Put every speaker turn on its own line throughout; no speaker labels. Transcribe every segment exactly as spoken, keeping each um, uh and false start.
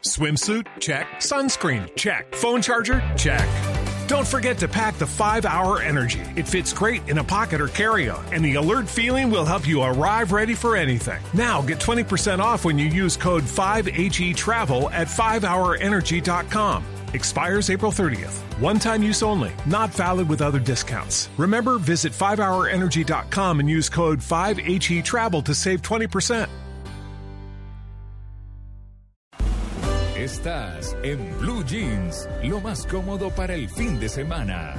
Swimsuit? Check. Sunscreen? Check. Phone charger? Check. Don't forget to pack the five hour Energy. It fits great in a pocket or carry-on, and the alert feeling will help you arrive ready for anything. Now get twenty percent off when you use code five H E travel at five hour energy dot com. Expires April thirtieth. One-time use only. Not valid with other discounts. Remember, visit five hour energy dot com and use code five H E travel to save twenty percent.
Estás en Blue Jeans, lo más cómodo para el fin de semana.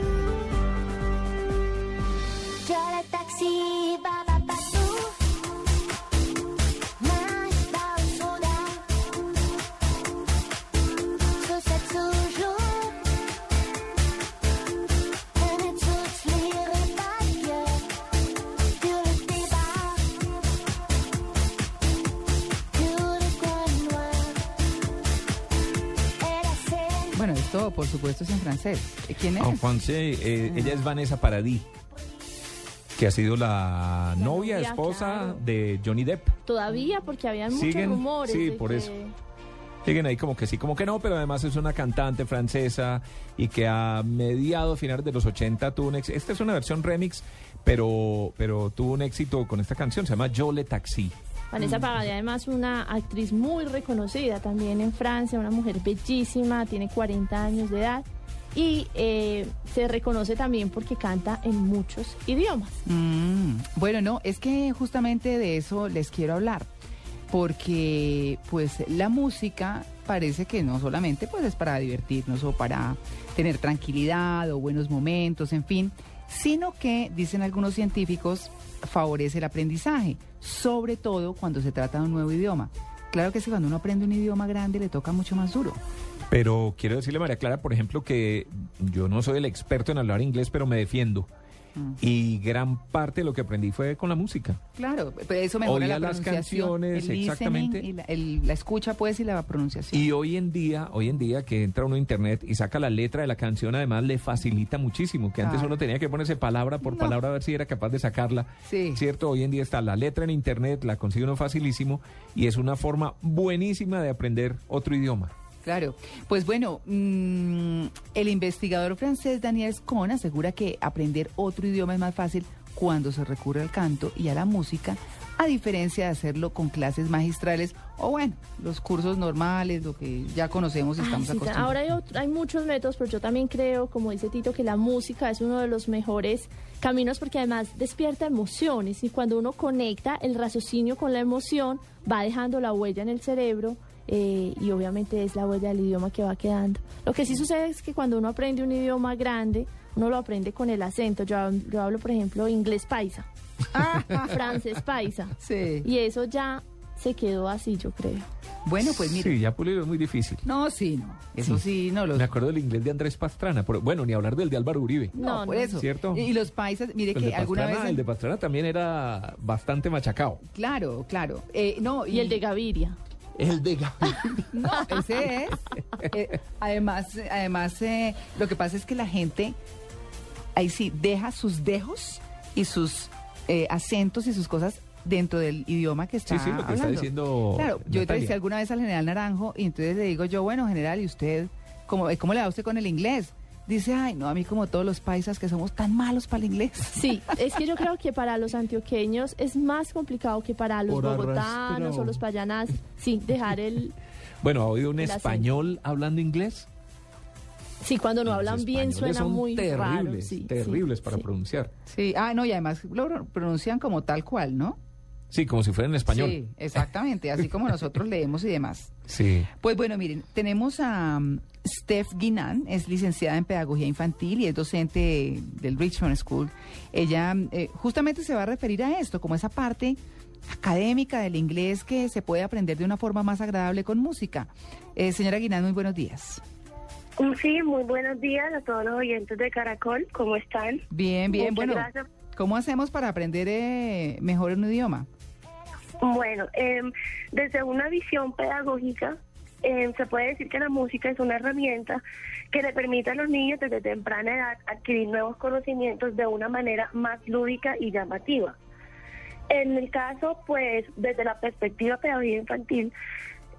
Yo taxi, ba, ba, ba, tú. Maar bouw soda. Zo zet toujours. En het zoet leren bakje. Door het débat. Door de coin noir. Era celle.
Bueno, esto por supuesto es en francés. ¿Quién es?
En francés, eh, ella es Vanessa Paradis, que ha sido la,
La
novia,
novia,
esposa
claro.
de Johnny Depp.
Todavía, porque habían muchos
Siguen,
rumores.
sí,
de
por
que-
eso. Siguen ahí como que sí, como que no, pero además es una cantante francesa y que a mediados, finales de los ochenta tuvo un éxito. Esta es una versión remix, pero, pero tuvo un éxito con esta canción, se llama Yo le Taxi.
Vanessa Paradis, además, una actriz muy reconocida también en Francia, una mujer bellísima, tiene cuarenta años de edad y eh, se reconoce también porque canta en muchos idiomas.
Mm, bueno, no, es que justamente de eso les quiero hablar, porque pues la música parece que no solamente pues es para divertirnos o para tener tranquilidad o buenos momentos, en fin, sino que, dicen algunos científicos, favorece el aprendizaje, sobre todo cuando se trata de un nuevo idioma. Claro que sí, cuando uno aprende un idioma grande le toca mucho más duro.
Pero quiero decirle a María Clara, por ejemplo, que yo no soy el experto en hablar inglés, pero me defiendo.
Mm.
Y gran parte de lo que aprendí fue con la música.
Claro, pero eso mejora
Oía
la
las
pronunciación,
canciones,
el listening
exactamente.
y la, el- la escucha pues y la pronunciación.
Y hoy en día, hoy en día que entra uno a internet y saca la letra de la canción, además le facilita muchísimo, que antes
Claro.
uno tenía que ponerse palabra por
No.
palabra a ver si era capaz de sacarla.
Sí.
¿Cierto? Hoy en día está la letra en internet, la consigue uno facilísimo y es una forma buenísima de aprender otro idioma.
Claro, pues bueno, mmm, el investigador francés Daniel Scon asegura que aprender otro idioma es más fácil cuando se recurre al canto y a la música, a diferencia de hacerlo con clases magistrales o bueno, los cursos normales, lo que ya conocemos y
Ay,
estamos
sí,
acostumbrados.
ahora hay, otro- hay muchos métodos, pero yo también creo, como dice Tito, que la música es uno de los mejores caminos porque además despierta emociones y cuando uno conecta el raciocinio con la emoción va dejando la huella en el cerebro. Eh, y obviamente es la huella del idioma que va quedando. Lo que sí sucede es que cuando uno aprende un idioma grande, uno lo aprende con el acento. Yo, hab- yo hablo, por ejemplo, inglés paisa, francés paisa,
Sí.
y eso ya se quedó así, yo creo.
Bueno, pues mire.
Sí, ya pulirlo es muy difícil.
No, sí, no. Eso sí, no los.
Me acuerdo del inglés de Andrés Pastrana, pero bueno, ni hablar del de Álvaro Uribe.
No,
No,
por
no.
eso.
¿Cierto?
Y, y los paisas, mire
El
que
de
alguna
Pastrana,
vez.
el de Pastrana también era bastante machacado.
Claro, claro. Eh, no,
Y el de Gaviria.
El de Gabriel.
No, ese es. Eh, además, eh, además eh, lo que pasa es que la gente, ahí sí, deja sus dejos y sus eh, acentos y sus cosas dentro del idioma que está
Sí, sí, lo que está
hablando.
diciendo
Claro, yo
Natalia.
decía alguna vez al general Naranjo y entonces le digo yo, bueno, general, ¿y usted cómo, cómo le va usted con el inglés? Dice, ay, no, a mí como todos los paisas que somos tan malos para el inglés.
Sí, es que yo creo que para los antioqueños es más complicado que para los
Por
bogotanos
arrastrado.
o los payanás. Sí, dejar el...
Bueno, ¿ha oído un
El acento.
español hablando inglés?
Sí, cuando no
Los
hablan bien
españoles
suena
son
muy
terribles,
raro. Sí,
terribles
sí,
para
sí.
pronunciar.
Sí, ah, no, y además lo pronuncian como tal cual, ¿no?
Sí, como si fuera en español.
Sí, exactamente, así como nosotros leemos y demás.
Sí.
Pues bueno, miren, tenemos a um, Steph Guinan, es licenciada en Pedagogía Infantil y es docente del Richmond School. Ella eh, justamente se va a referir a esto, como esa parte académica del inglés que se puede aprender de una forma más agradable con música. Eh, señora Guinan, muy buenos días.
Sí, muy buenos días a todos los oyentes de Caracol. ¿Cómo están?
Bien, bien,
Muchas
bueno,
gracias.
¿cómo hacemos para aprender eh, mejor un idioma?
Bueno, eh, desde una visión pedagógica, eh, se puede decir que la música es una herramienta que le permite a los niños desde temprana edad adquirir nuevos conocimientos de una manera más lúdica y llamativa. En el caso, pues, desde la perspectiva pedagógica infantil,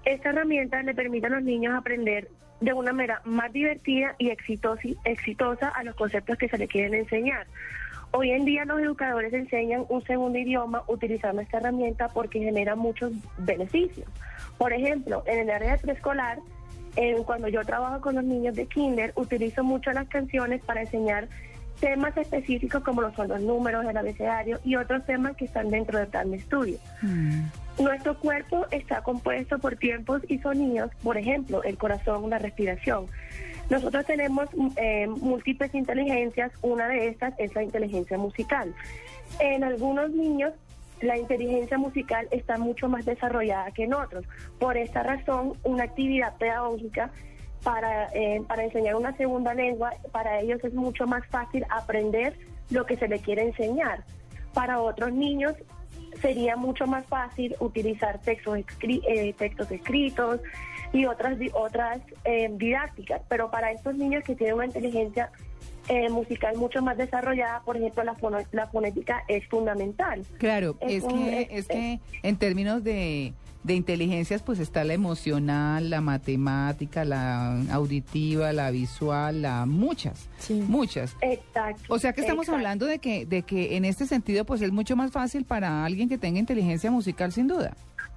esta herramienta le permite a los niños aprender de una manera más divertida y exitosa, exitosa a los conceptos que se le quieren enseñar. Hoy en día los educadores enseñan un segundo idioma utilizando esta herramienta porque genera muchos beneficios. Por ejemplo, en el área de preescolar, eh, cuando yo trabajo con los niños de kinder, utilizo mucho las canciones para enseñar temas específicos como lo son los números, el abecedario y otros temas que están dentro del plan de estudio. Mm. Nuestro cuerpo está compuesto por tiempos y sonidos, por ejemplo, el corazón, la respiración. Nosotros tenemos eh, múltiples inteligencias, una de estas es la inteligencia musical. En algunos niños la inteligencia musical está mucho más desarrollada que en otros. Por esta razón, una actividad pedagógica para, eh, para enseñar una segunda lengua, para ellos es mucho más fácil aprender lo que se le quiere enseñar. Para otros niños sería mucho más fácil utilizar textos, escri eh, textos escritos y otras, otras eh, didácticas, pero para estos niños que tienen una inteligencia eh, musical mucho más desarrollada, por ejemplo, la, fono la fonética es fundamental.
Claro, es, es
un,
que,
es,
es que en términos de, de inteligencias, pues está la emocional, la matemática, la auditiva, la visual, la muchas, sí. muchas.
Exacto.
O sea que estamos exacto. hablando de que, de que en este sentido, pues es mucho más fácil para alguien que tenga inteligencia musical, sin duda.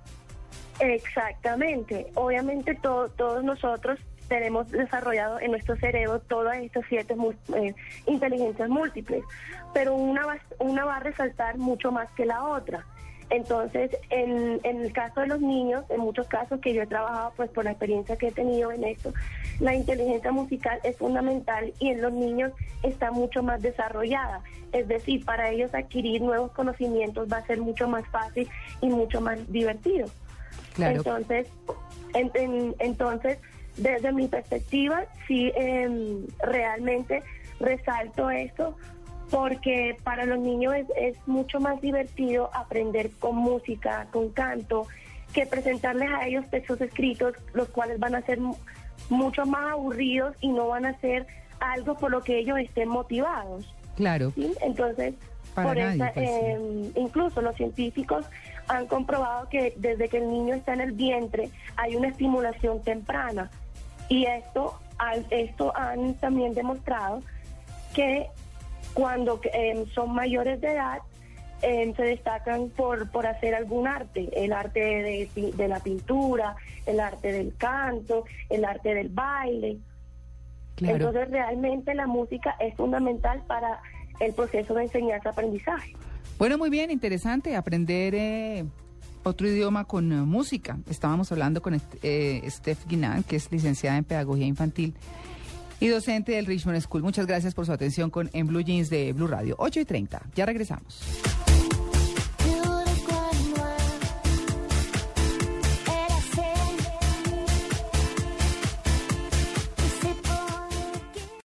Exactamente. Obviamente todo, todos nosotros tenemos desarrollado en nuestro cerebro todas estas siete eh, inteligencias múltiples, pero una va, una va a resaltar mucho más que la otra. Entonces, en, en el caso de los niños, en muchos casos que yo he trabajado, pues por la experiencia que he tenido en esto, la inteligencia musical es fundamental y en los niños está mucho más desarrollada. Es decir, para ellos adquirir nuevos conocimientos va a ser mucho más fácil y mucho más divertido. Claro. Entonces, en, en, entonces, desde mi perspectiva, sí, eh, realmente resalto esto porque para los niños es, es mucho más divertido aprender con música, con canto, que presentarles a ellos textos escritos, los cuales van a ser mucho más aburridos y no van a ser algo por lo que ellos estén motivados.
Claro.
¿Sí? Entonces, para por nadie, esta, pues, eh, sí. incluso los científicos han comprobado que desde que el niño está en el vientre hay una estimulación temprana y esto, esto han también demostrado que cuando eh, son mayores de edad eh, se destacan por, por hacer algún arte, el arte de, de la pintura, el arte del canto, el arte del baile. Claro. Entonces realmente la música es fundamental para el proceso de enseñanza-aprendizaje.
Bueno, muy bien, interesante aprender eh, otro idioma con uh, música. Estábamos hablando con eh, Steph Guinan, que es licenciada en Pedagogía Infantil y docente del Richmond School. Muchas gracias por su atención con En Blue Jeans de Blue Radio. ocho y treinta, ya regresamos.